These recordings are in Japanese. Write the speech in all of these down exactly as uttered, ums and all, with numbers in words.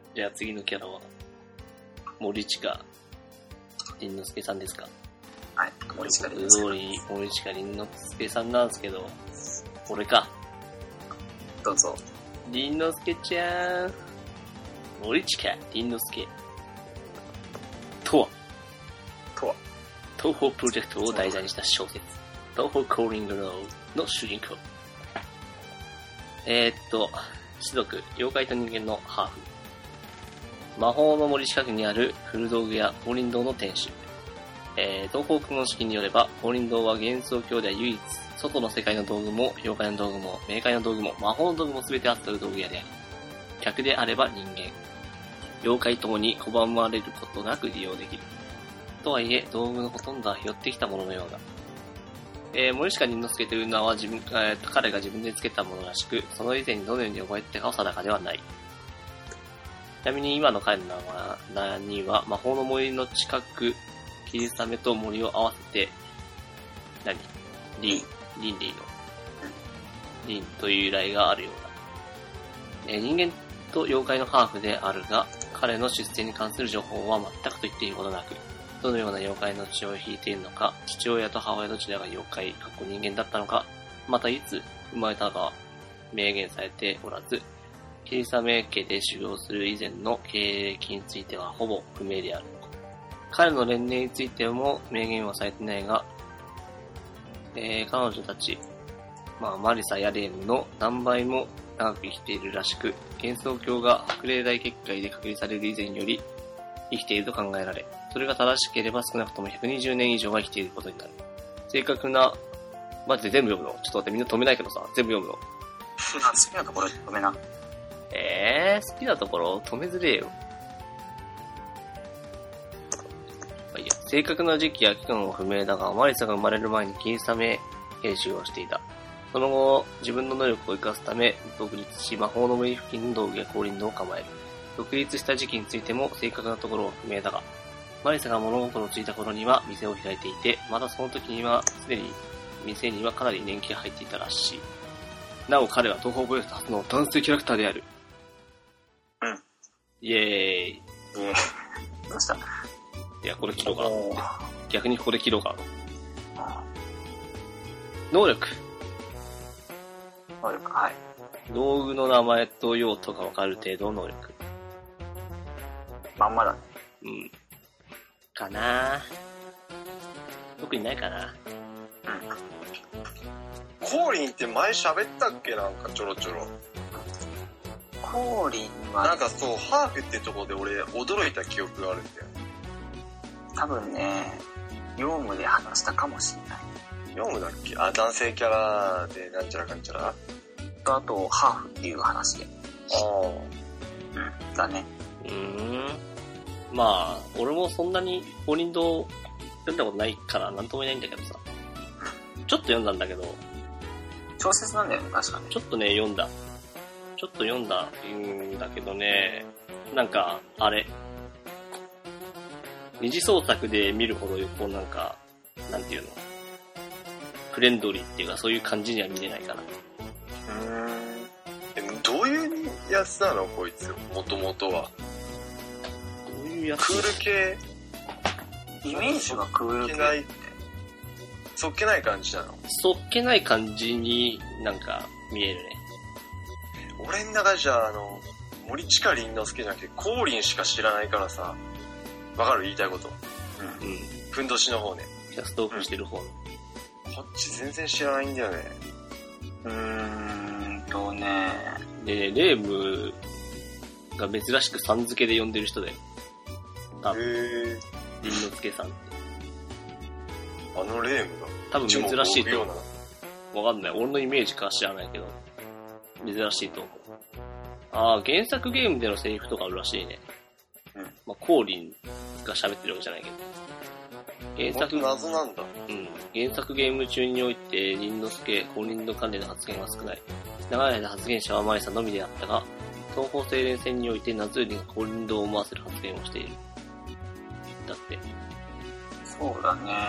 じゃあ次のキャラは、森近凛之介さんですか？ はい、森近凛之介。 通り、森近凛之介さんなんですけど、俺か。 どうぞ。 凛之介ちゃん。森近凛之介。とはとは東方プロジェクトを題材にした小説、東方コーリングローの主人公。えー、っと、種族、妖怪と人間のハーフ。魔法の森近くにある古道具屋降臨堂の店主。えー、東方公の式によれば、降臨堂は幻想郷では唯一、外の世界の道具も、妖怪の道具も、冥界の道具も、魔法の道具も全て扱う道具屋であり、客であれば人間、妖怪等に拒まれることなく利用できる。とはいえ、道具のほとんどは拾ってきたもののようだ。えー、森近凛之介という名は自分、えー、彼が自分で付けたものらしく、その以前にどのように覚えてたかは定かではない。ちなみに今の彼の名は、には魔法の森の近く、霧雨と森を合わせて、何リン、リンでいいのリンという由来があるようだ。えー、人間と妖怪のハーフであるが、彼の出生に関する情報は全くと言っていいほどなく、どのような妖怪の血を引いているのか、父親と母親どちらが妖怪、過去人間だったのか、またいつ生まれたか明言されておらず、霧雨家で修行する以前の経歴についてはほぼ不明である。彼の年齢についても明言はされていないが、えー、彼女たち、まあ、マリサやレームの何倍も長く生きているらしく、幻想郷が白霊大結界で隔離される以前より生きていると考えられ、それが正しければ少なくともひゃくにじゅうねん以上は生きていることになる。正確な、マジで全部読むの？ちょっと待って、みんな止めないけどさ、全部読むの。 好きなところ止めな。 えー、好きなところ止めずれよ。まあ、いいや、正確な時期や期間は不明だが、マリサが生まれる前に霧雨研修をしていた。その後、自分の能力を生かすため、独立し、魔法の森付近の道具や降臨堂を構える。独立した時期についても正確なところは不明だが、マリサが物心ついた頃には店を開いていて、またその時にはすでに店にはかなり年季が入っていたらしい。なお彼は東方プロジェクト初の男性キャラクターである。 うん。 イエーイ。 イエーイ。どうした？ いや、これ切ろうかな。逆にここで切ろうかな。能力。 能力、はい。 道具の名前と用途がわかる程度の能力。 まんまだね。 うん。かなぁ。特にないかな。 うん。コーリンって前喋ったっけ？なんかちょろちょろ。 コーリンは、 なんかそう、ハーフってとこで俺驚いた記憶があるんだよ。 多分ね、ヨウムで話したかもしれない。 ヨウムだっけ？あ、男性キャラでなんちゃらかんちゃら？ と、あと、ハーフっていう話で。 ああ。 うん、だね。 うーん。まあ、俺もそんなに降臨堂読んだことないからなんとも言えないんだけどさ。ちょっと読んだんだけど。 小説なんだよね、確かに。 ちょっとね、読んだ。ちょっと読んだんだけどね、なんか、あれ。二次創作で見るほど、こうなんか、なんていうの。フレンドリーっていうか、そういう感じには見れないかな。 うーん。え、どういうやつなのこいつ、もともとは。 どういうやつ？ クール系？ イメージがクール系って。 そっけない感じなの？ そっけない感じになんか見えるね。 俺ん中じゃ、あの、森近凛之介じゃなくて、コーリンしか知らないからさ、わかる？言いたいこと。 うん。うん。 ふんどしの方ね。 キャストオフしてる方の。 こっち全然知らないんだよね。 うーんとね。 で、レームが珍しくさん付けで呼んでる人で。多分。 へー。 凛之介さんって。 あのレームが。 多分珍しいとよう思う。わかんない。俺のイメージか知らないけど。珍しいと思う。ああ、原作ゲームでのセリフとかあるらしいね。 うん。 まあ、コーリンが喋ってるわけじゃないけど。原作、 謎なんだ。 うん。原作ゲーム中において、凛之介、コーリンの関連の発言は少ない。長い間発言者はマリサのみであったが、東方精錬戦においてナズーリンがコーリンドを思わせる発言をしている。だって。 そうだね。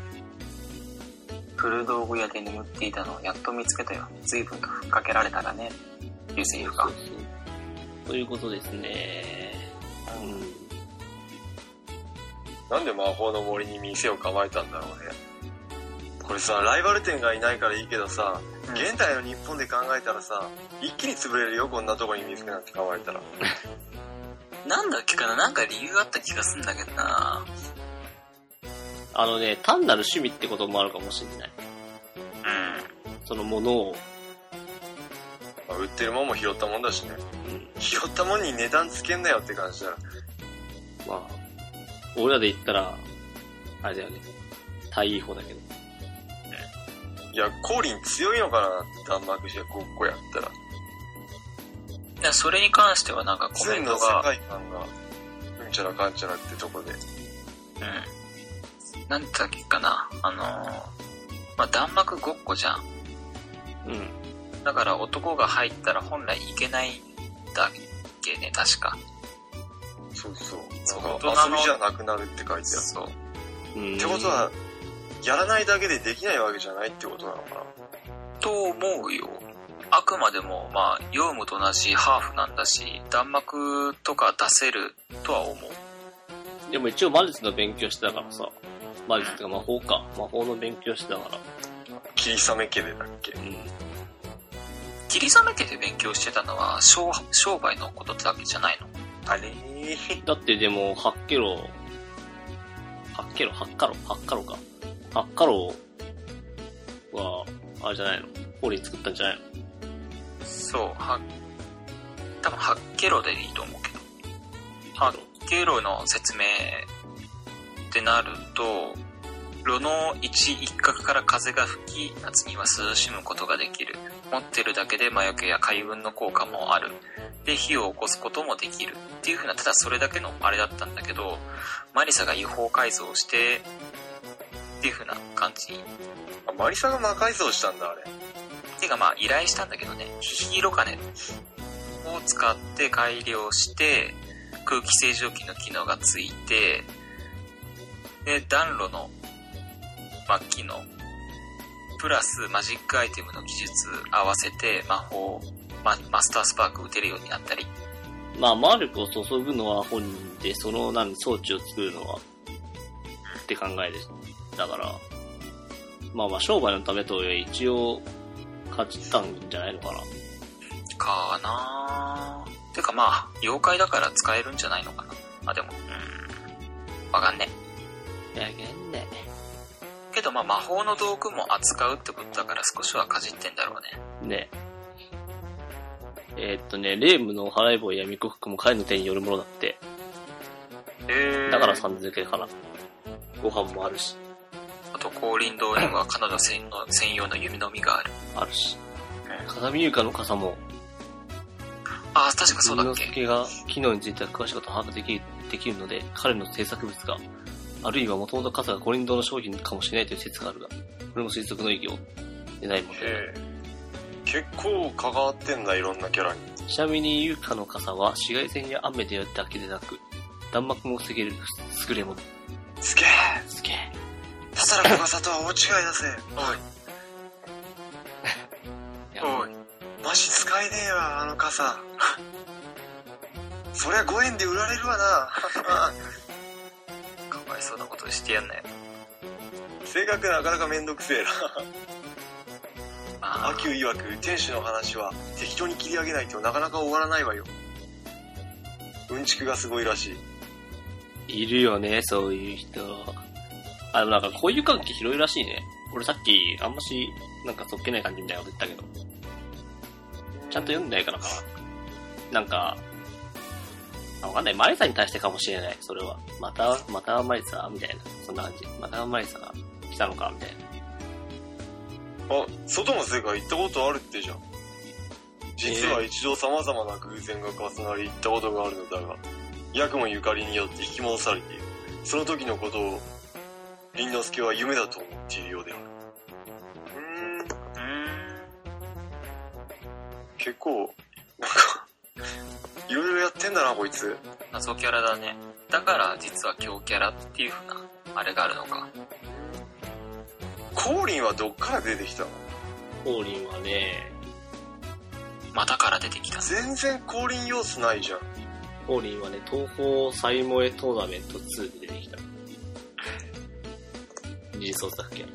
古道具屋で眠っていたのをやっと見つけたよ。随分とふっかけられたらね。いうセリフか。 そうそう。ということですね。 うん。 なんで魔法の森に店を構えたんだろうね。これさ、ライバル店がいないからいいけどさ、うん、現代の日本で考えたらさ、一気に潰れるよ、こんなとこに店なんて構えたら。 なんだっけかな、なんか理由あった気がするんだけどな。 あのね、単なる趣味ってこともあるかもしれない。 うん。 そのものを。 まあ、売ってるもんも拾ったもんだしね。うん。拾ったもんに値段つけんなよって感じだよ。 まあ、俺らで言ったら、あれだよね。大いい方だけど。 いや、コーリン強いのかな、弾幕じゃごっこやったら。 いや、それに関してはなんかコメントが。 ツンの世界観が、うんちゃらかんちゃらってとこで。うん。 なんだっけかな、あのー、まあ、弾幕ごっこじゃん。 うん。 だから男が入ったら本来いけないんだっけね、確か。 そうそう。 そう、 なんか遊びじゃなくなるって書いてある。 そう。 ってことは、やらないだけでできないわけじゃないってことなのかなと思うよ。あくまでも、まあ、ヨウムと同じハーフなんだし、弾幕とか出せるとは思う。 でも一応魔術の勉強してたからさ。魔術ってか魔法か。魔法の勉強してたから。 霧雨家でだっけ。うん。 霧雨家で勉強してたのは商、商売のことだけじゃないの？ あれー。 だってでも、ハッケロ、ハッケロ、ハッカロ、ハッカロか。ハッカロは、あれじゃないの？コーリン作ったんじゃないの？ そう、は、多分ハッケロでいいと思うけど。ハッケロの説明ってなると、炉の一一角から風が吹き、夏には涼しむことができる。持ってるだけで魔除けや開運の効果もある。で、火を起こすこともできる。っていう風な、ただそれだけのあれだったんだけど、マリサが違法改造して、っていう風な感じ。 あ、マリサが魔改造したんだ、あれ。 てかまあ依頼したんだけどね、ヒヒロカネを使って改良して、空気清浄機の機能がついて、で、暖炉の末期のプラスマジックアイテムの技術合わせて魔法、マ, マスタースパーク打てるようになったり。 まあ魔力を注ぐのは本人で、その何装置を作るのはって考えです。だから、まあまあ商売のためと一応勝ちったんじゃないのかな。 かなー。てかまあ妖怪だから使えるんじゃないのかな。まあでも、うーん、わかんねえ。わかんねえ。 けどまあ魔法の道具も扱うってことだから少しはかじってんだろうね。 ねえ。えー、っとね、霊夢の払い棒や巫女服も彼の手によるものだって。 へー。 だからさん付けかな。ご飯もあるし。 あと降臨堂には彼女専の専用の弓の実がある。 あるし。風見優香の傘も。 ああ、確かそうだっけ。 弓之助が機能については詳しいことを把握できる、できるので、彼の制作物が、あるいはもともと傘が降臨堂の商品かもしれないという説があるが、これも推測の意義を得ないものだ。 へー。結構関わってんだ、いろんなキャラに。 ちなみに優香の傘は紫外線や雨でだけでなく、弾幕も防げる優れもの。 すげえすげえ働く傘とは大違いだぜ。おい。おい。マジ使えねえわ、あの傘。そりゃごえんで売られるわな。 かわいそうなことしてやんなよ。 性格なかなかめんどくせえな。 あアキュー曰く店主の話は適当に切り上げないとなかなか終わらないわよ。うんちくがすごいらしい。 いるよね、そういう人。あ、でもなんか交友関係広いらしいね。俺さっきあんまし、なんかそっけない感じみたいなこと言ったけど。ちゃんと読んでないからかな。なんか、わかんない。マリサに対してかもしれない。それは。また、またマリサみたいな。そんな感じ。またマリサが来たのかみたいな。 あ、外の世界行ったことあるってじゃん。実は一度様々な偶然が重なり行ったことがあるのだが、ヤクモゆかりによって引き戻されている。その時のことを、凛之介は夢だと思っているようである。うーん。結構、なんか、いろいろやってんだな、こいつ。 謎キャラだね。だから実は強キャラっていう風な、あれがあるのか。 コーリンはどっから出てきたの？ コーリンはね、 またから出てきた。 全然コーリン要素ないじゃん。 コーリンはね、東方サイモエトーナメントツーで出てきた。二次創作権。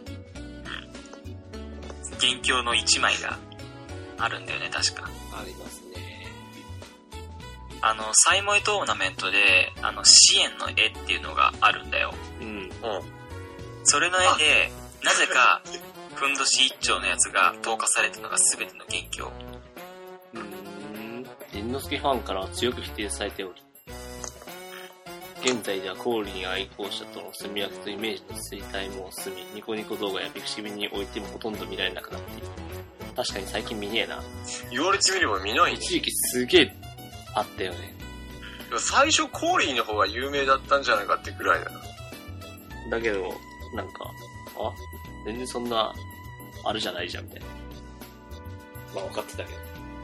元凶のいちまいがあるんだよね、確か。 ありますね。 あの、サイモエトーナメントで、あの、支援の絵っていうのがあるんだよ。 うん。うん。 それの絵で、なぜか、ふんどし一丁のやつが投下されたのが全ての元凶。 うーん。凛之助ファンからは強く否定されており、現在ではコーリン愛好者との住み分けとイメージの衰退も済み、ニコニコ動画やピクシブにおいてもほとんど見られなくなっている。確かに最近見ねえな。 言われてみれば見ないね。 一時期すげえあったよね。 最初コーリーの方が有名だったんじゃないかってくらいだな。 だけど、なんか、あ全然そんな、あるじゃないじゃん、みたいな。まあ分かってたけど。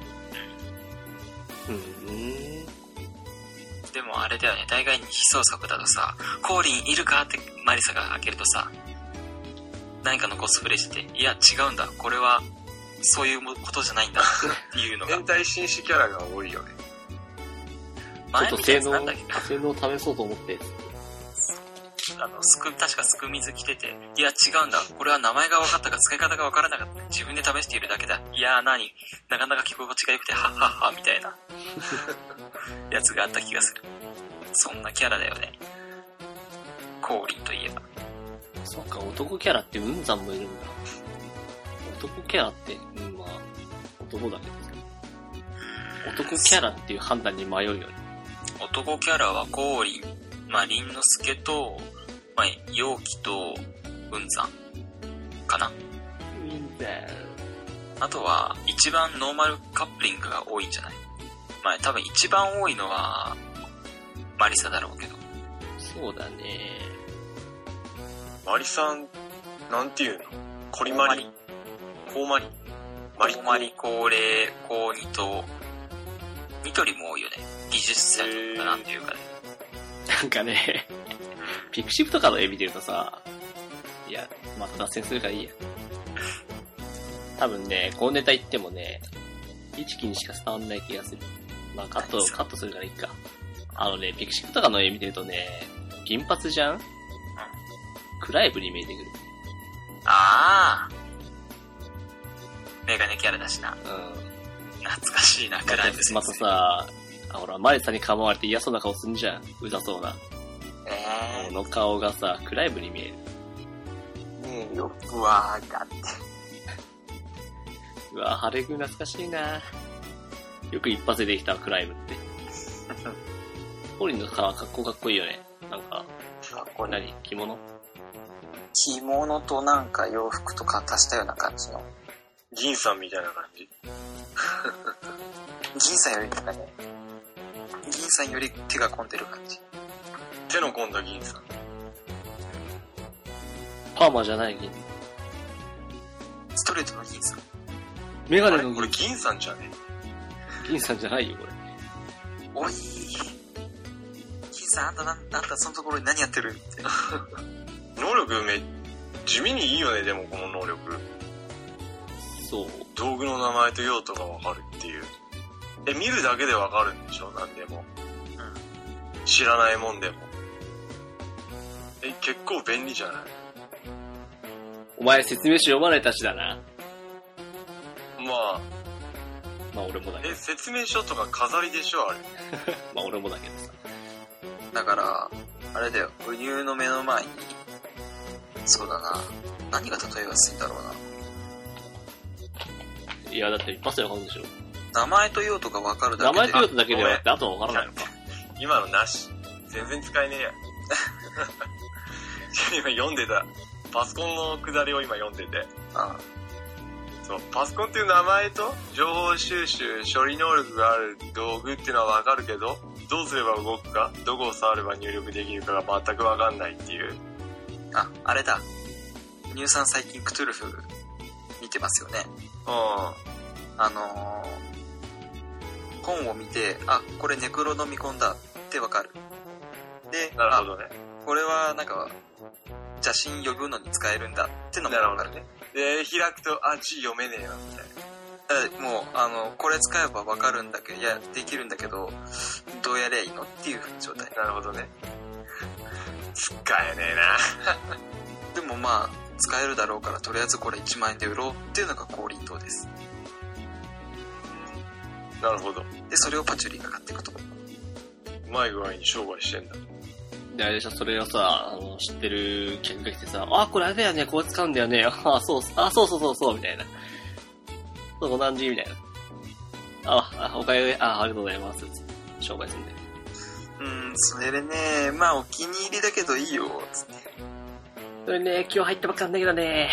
うーん。 でもあれだよね、大概に非創作だとさ、コーリンいるかってマリサが開けるとさ、何かのコスプレしてて、いや違うんだ、これはそういうことじゃないんだっていうのが。 変態紳士キャラが多いよね。 ちょっと性能、性能を試そうと思って。 あの、すく、確かすく水着てて、いや違うんだ、これは名前が分かったか使い方が分からなかった。自分で試しているだけだ。いやー何なかなか着心地が良くて、はっはっは、みたいなやつがあった気がする。そんなキャラだよね。コーリンといえば。 そっか、男キャラって雲山もいるんだ。男キャラって、うん、まあ、男だけど。男キャラっていう判断に迷うよね。 男キャラはコーリン、まあ、凛之助と、まあ、陽気と雲山かな。 雲山。 あとは一番ノーマルカップリングが多いんじゃない？まあ多分一番多いのはマリサだろうけど。 そうだね。 マリさん、なんていうの？コリマリ？コウマリ？ マリコマリ、コウレイ、コウニと、ニトリも多いよね。技術者とかなんていうかね。 なんかね、ピクシブとかの絵見てるとさ、いや、また脱線するからいいや。多分ね、このネタ言ってもね、一気にしか伝わんない気がする。まあカット、カットするからいいか。あのね、ピクシブとかの絵見てるとね、銀髪じゃん？うん。クライブに見えてくる。 あー。メガネキャラだしな。うん。懐かしいな、クライブ先生。 またさ、あ、ほら、マリさんに構われて嫌そうな顔すんじゃん。うざそうな。 えー。 この顔がさ、クライブに見える。 ねえ、よくわーかって。 うわぁ、ハレグ懐かしいな。よく一発でできたクライブって。ポリンのさ、格好かっこいいよね。なんか、 かっこいい。 何？着物？ 着物となんか洋服とか足したような感じの。 銀さんみたいな感じ。 銀さんよりなんかね、銀さんより手が込んでる感じ。 手の込んだ銀さん。 パーマじゃない銀。 ストレートの銀さん。 メガネの銀。 これ銀さんじゃね？ 銀さんじゃないよ、これ。 おい。銀さん、あんた、なんあんたそのところに何やってるって。 能力め、地味にいいよね、でもこの能力。 そう。 道具の名前と用途がわかるっていう。え、見るだけでわかるんでしょ、なんでも。うん。知らないもんでも。え、結構便利じゃない？ お前説明書読まないたちだな。 まあ。 まあ俺もだけど。 え、説明書とか飾りでしょ、あれ。 まあ俺もだけどさ。 だから、あれだよ、ウニューの目の前に、そうだな、何が例えやすいんだろうな。 いや、だって一発でわかるんでしょ。 名前と用途がわかるだけで。 名前と用途だけではって、あとはわからないのか。 今のなし。全然使えねえや。今読んでた。パソコンの下りを今読んでて。 ああ、 そう、パソコンっていう名前と情報収集、処理能力がある道具っていうのはわかるけど、どうすれば動くか、どこを触れば入力できるかが全くわかんないっていう。 あ、あれだ。乳酸最近クトゥルフ見てますよね。 うん。 あのー、本を見て、あ、これネクロノミコンだってわかる。で、 なるほどね。 これはなんか、邪神呼ぶのに使えるんだってのもわかるね。 で、開くと、あ、字読めねえよ、みたいな。 もう、あの、これ使えばわかるんだけど、いや、できるんだけど、 どうやりゃいいのっていう状態。 なるほどね。使えねえな。でもまあ使えるだろうからとりあえずこれいちまんえんで売ろうっていうのがコーリー島です。 なるほど。 でそれをパチュリーが買っていくと。 うまい具合に商売してんだ。 で、あれでしょ、それをさ、あの、知ってる客が来てさ、あ、これあれだよね、こう使うんだよね、あ、そう、あ、そうそうそうそう、みたいな。そう、同じみたいな。あ、あ、おかゆ、あ、ありがとうございます。商売するんで。 うーん、それでね、まあお気に入りだけどいいよ、つって。 それね、今日入ったばっかなんだけどね。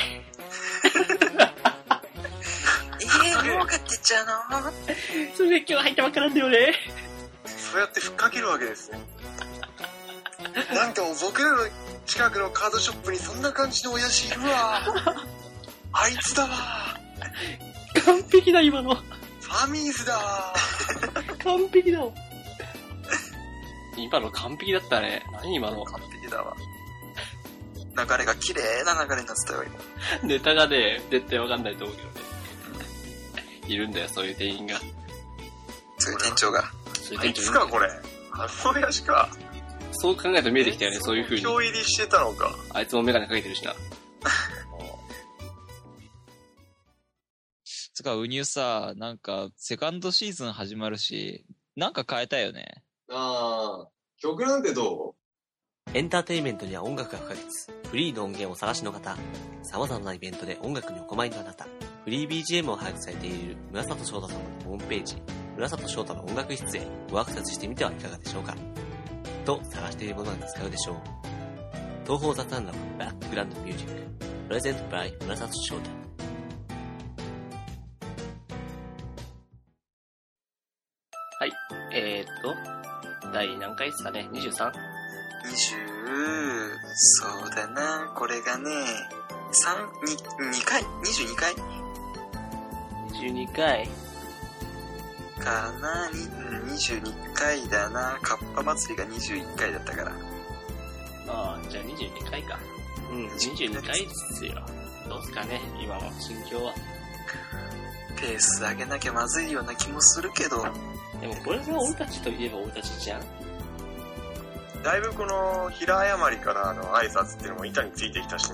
えー、もう買ってっちゃうの？ それで今日入ったばっかなんだよね。 そうやってふっかけるわけですね。なんか僕らの近くのカードショップにそんな感じの親父いるわ。あいつだわ。 完璧だ、今の。 ファミーズだ。 完璧だ。今の完璧だったね。何今の。 完璧だわ。流れが綺麗な流れになってたよ、 今。ネタがね、絶対わかんないと思うけどね。いるんだよ、そういう店員が。 そういう店長が。 そういうあいつか、これ。あの親父か。 そう考えると見えてきたよね、そういう風に。 今日入りしてたのか。 あいつもメガネかけてるしな。 つか、ウニューさ、なんか、セカンドシーズン始まるし、なんか変えたいよね。 ああ、曲なんてどう？エンターテインメントには音楽が不可欠。フリーの音源を探しの方、様々なイベントで音楽にお困りのあなた、フリー ビージーエム を配布されている村里翔太様のホームページ、村里翔太の音楽室へごアクセスしてみてはいかがでしょうか。と探しているものが見つかるでしょう。東方雑談ラボバックグラウンドミュージックプレゼントバイ村里翔太。 はい、えーっと第何回ですかね。 にじゅうさん？ にじゅう、そうだな、これがねさん、に、にかい ?にじゅうにかいにじゅうにかいかな、にじゅうにかいだな。カッパ祭りがにじゅういっかいだったから。 ああ、じゃあにじゅうにかいか。うん、にじゅうにかいですよ。どうすかね、今の心境は。 ペース上げなきゃまずいような気もするけど。 でもこれが俺たちといえば俺たちじゃん。 だいぶこの平謝りからの挨拶っていうのも板についてきたしね。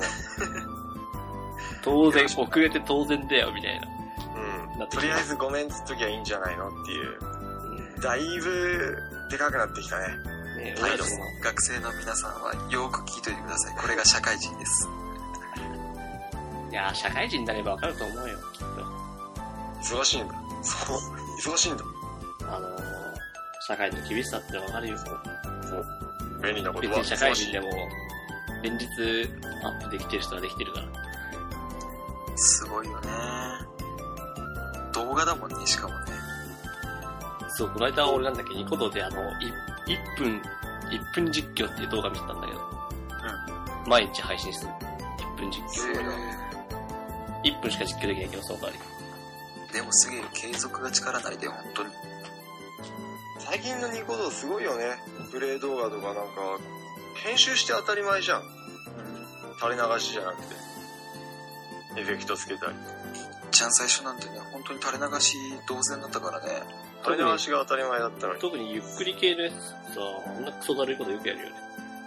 当然、遅れて当然だよみたいな。 うん。とりあえずごめんっつっときゃいいんじゃないのっていう。うん、だいぶでかくなってきたね。 ね、 はい、学生の皆さんはよく聞いといてください。これが社会人です。 いやー、社会人になればわかると思うよ、きっと。忙しいんだ。そう、忙しいんだ。 あのー、社会の厳しさってわかるよ。そう便利なことは別に社会人でも連日アップできてる人はできてるから。 すごいよね。動画だもんね、しかもね。 そう、この間俺なんだっけ、ニコ動であの、いっぷん、いっぷん実況っていう動画見てたんだけど、うん、毎日配信する。いっぷん実況。いっぷんしか実況できないけど、その代わり。 でもすげえ継続が力なりで、本当に。 最近のニコ動すごいよね。プレイ動画とかなんか、編集して当たり前じゃん。うん。垂れ流しじゃなくて。エフェクトつけたり。 一番最初なんてね、本当に垂れ流し同然だったからね。 垂れ流しが当たり前だったのに。 特にゆっくり系のやつさ、こんなクソだるいことよくやるよね。ね。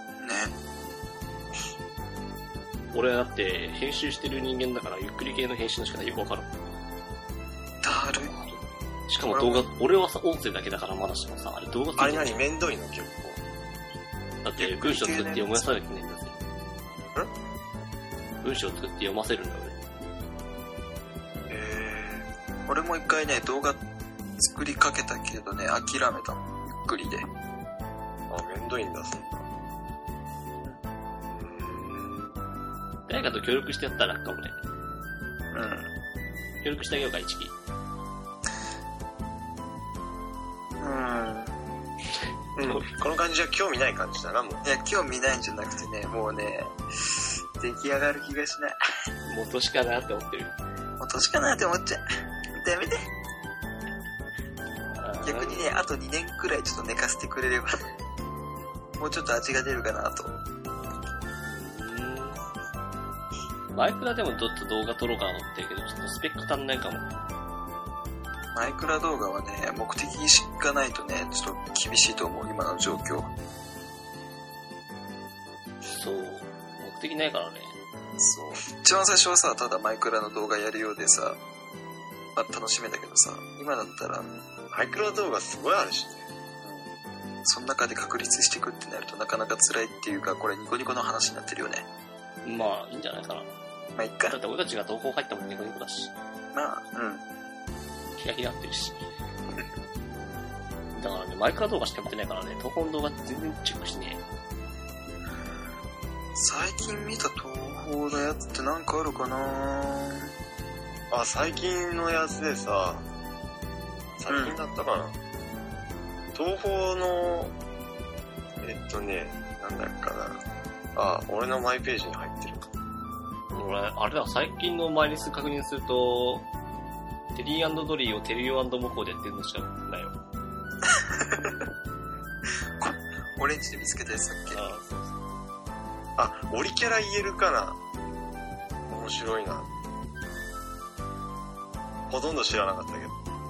俺はだって編集してる人間だからゆっくり系の編集の仕方よくわかる。 だるい。 しかも動画、俺はさ、音声だけだからまだしもさ、あれ動画ついてる。 あれ何めんどいの結構。 だって文章作って読まさなきゃいけないんだぜ。ん文章作って読ませるんだ俺。 えー、俺も一回ね、動画作りかけたけどね、諦めたもん。ゆっくりで。 あ、めんどいんだ、そんな。 誰かと協力してやったら楽かもね。 うん。 協力してあげようか、一期。 うん、この感じは興味ない感じだな、もう。 いや、興味ないんじゃなくてね、もうね、出来上がる気がしない。 もう年かなって思ってる。 もう年かなって思っちゃう。ダメだ。逆にね、あとにねんくらいちょっと寝かせてくれれば、もうちょっと味が出るかなと。 マイクラでもちょっと動画撮ろうかなと思ってるけど、ちょっとスペック足んないかも。 マイクラ動画はね、目的がないとね、ちょっと厳しいと思う、今の状況。 そう。目的ないからね。 そう。一番最初はさ、ただマイクラの動画やるようでさ、まあ、楽しめたけどさ、今だったら、 マイクラ動画すごいあるしね。 うん。その中で確立していくってなるとなかなか辛いっていうか、これニコニコの話になってるよね。 まあ、いいんじゃないかな。 まあ、いっか。 だって俺たちが投稿入ったもんニコニコだし。 まあ、うん。 キラキラってるし。だからね、マイクラ動画しか見てないからね、投稿の動画全然チェックしてね。 最近見た東宝のやつってなんかあるかな。 あ、最近のやつでさ、最近だったかな、うん、東宝の、えっとね、なんだっけかな。あ、俺のマイページに入ってる。 俺、あれだ、最近のマイリス確認すると、テリー&ドリーをテリオ&モコでやってるのしかないよ。 オレンジで見つけたやつだっけ。 ああ、そうそう。 あ、オリキャラ言えるかな。面白いな。ほとんど知らなかったけど。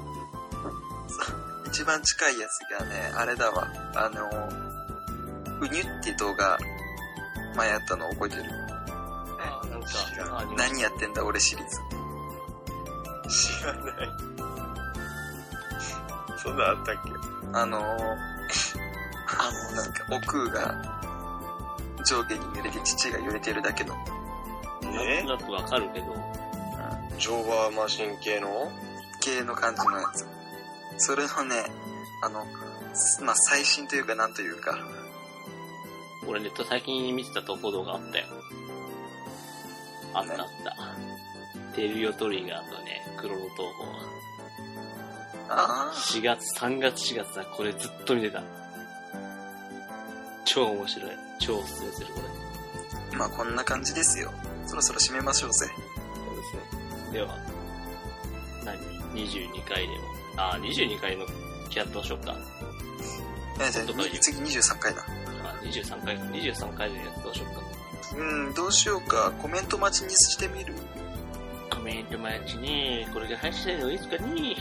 一番近いやつがね、あれだわ。あの、うにゅって動画、前やったの覚えてる？ ああ、なんか、 あ何やってんだ俺シリーズ。 知らない。そんなあったっけ？ あのー、あの、なんか、お空が上下に揺れて父が揺れてるだけの。 え？ なんとなくわかるけど。 乗馬マシン系の系の感じのやつ。それのね、あの、まあ、最新というかなんというか。 俺ネット最近見てた投稿動画あったよ。あったあった。テリオトリガーとね、クロノ東宝。 ああ。 しがつ、さんがつしがつだ。これずっと見てた。超面白い。超おすすめする、これ。 まあこんな感じですよ。そろそろ締めましょうぜ。 そうですね。では、何 ?にじゅうに 回でも。あ、にじゅうにかいのキャットをしようか。 え、じゃあ次にじゅうさんかいだ。 あ、にじゅうさんかい、にじゅうさんかいでやつどうしようか。 うん、どうしようか。コメント待ちにしてみる？ コメント待ちね。これが配信されるのいつかね。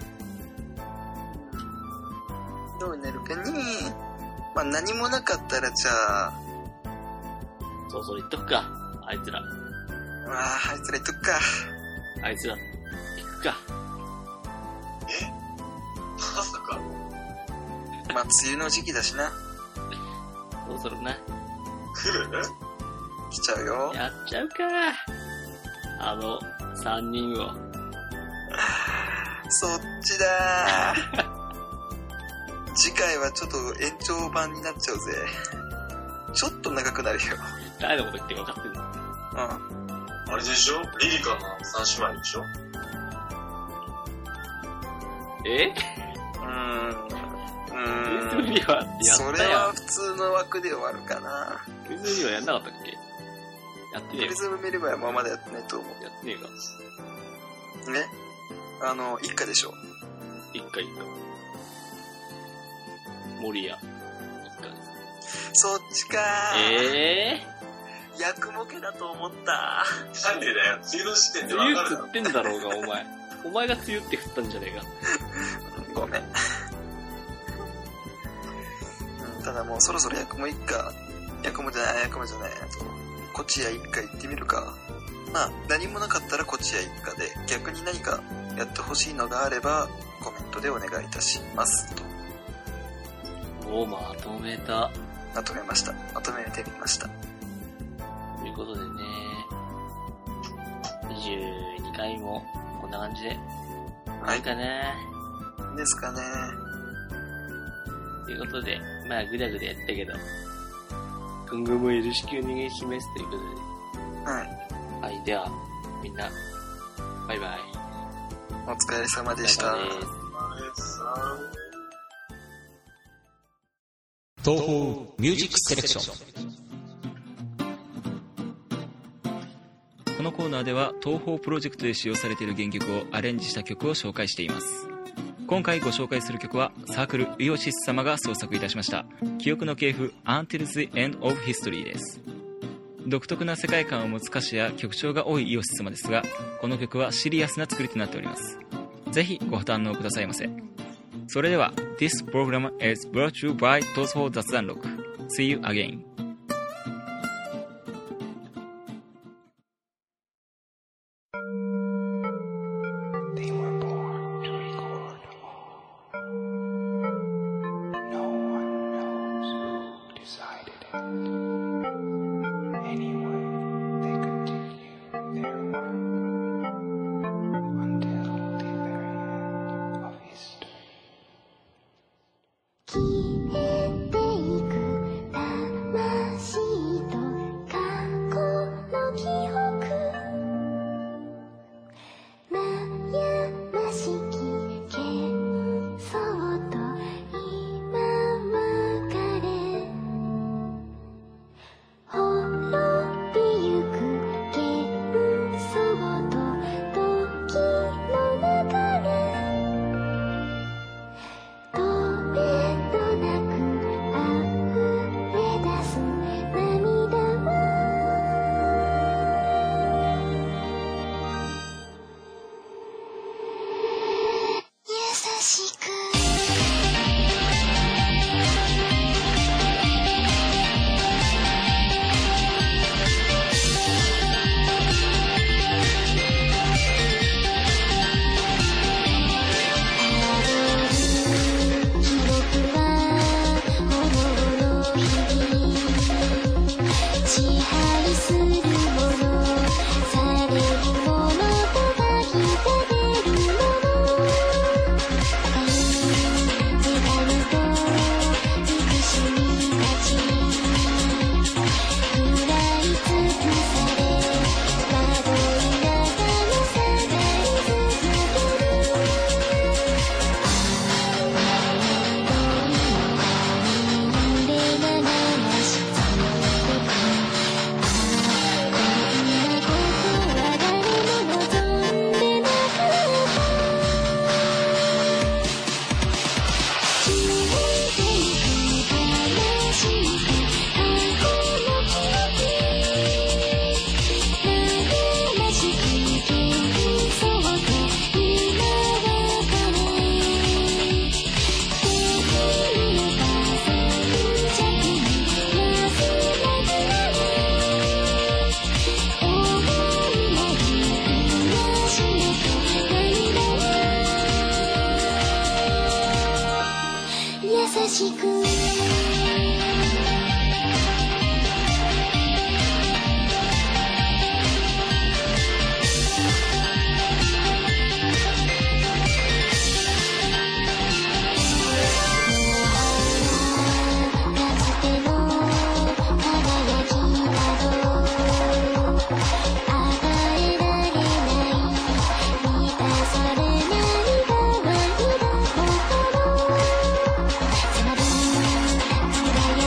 どうなるかね。まあ何もなかったらじゃあ。 そうそう言っとくか。あいつら。 まあ、あいつら言っとくか。 あいつら、行くか。 え？まさか。 まあ、梅雨の時期だしな。 そろそろな。 来る？ 来ちゃうよ。 やっちゃうか。あの、三人を。 そっちだー。次回はちょっと延長版になっちゃうぜ。ちょっと長くなるよ。 誰のこと言ってるか分かってんの？ うん。 あれでしょ？リリカの三姉妹でしょ？ え？ うーん。うーん。 クイズリはやったやん。 それは普通の枠で終わるかな。 クイズリはやんなかったっけ？やってねえよ。 プリズム見ればまあまだやってないと思う。 やってねえか。 ね。あの、一家でしょ。 一回一回。森屋。一回です。 そっちかー。 えー。役もけだと思った。 なんでだよ。梅雨の時点で梅分かるだろ。 雨食ってんだろうが、お前。お前が梅雨って食ったんじゃねえか。 ごめん。ただもうそろそろ役も一家、役もじゃない、役もじゃない、あと、こっちや一家行ってみるか。まあ、何もなかったらこっちや一家で、逆に何かやってほしいのがあれば、コメントでお願いいたします。と。 おー、まとめた。 まとめました。まとめてみました。 ということでね、にじゅうにかいもこんな感じで、 はいいいかな。 ですかね。 ということで、まあ、ぐだぐだやったけど、今後もよろしくお願いしますということで。 はい。 はい、では、みんな、バイバイ。 お疲れ様でした。 バイバイです。 東宝ミュージックセレクション。このコーナーでは東宝プロジェクトで使用されている原曲をアレンジした曲を紹介しています。今回ご紹介する曲はサークルイオシス様が創作いたしました記憶の系譜 Until the End of History です。独特な世界観を持つ歌詞や曲調が多いイオシス様ですが、この曲はシリアスな作りとなっております。 ぜひご堪能くださいませ。それでは This program is brought to you by 東宝雑談録。 See you again. They were born to record all. No one knows who decided it. Anyway, they continue their work until the very end of history. 消えていく魂と過去の記憶、悩ましき幻想と今別れ、滅びゆく幻想と時の流れ、止めどなく溢れ出す涙は優しく記憶は炎の日々、支配するものされるものと書き立てるもの、深い時間と憎しみたち食らい尽くされ、惑いながら下がり続ける。優しく「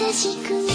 しく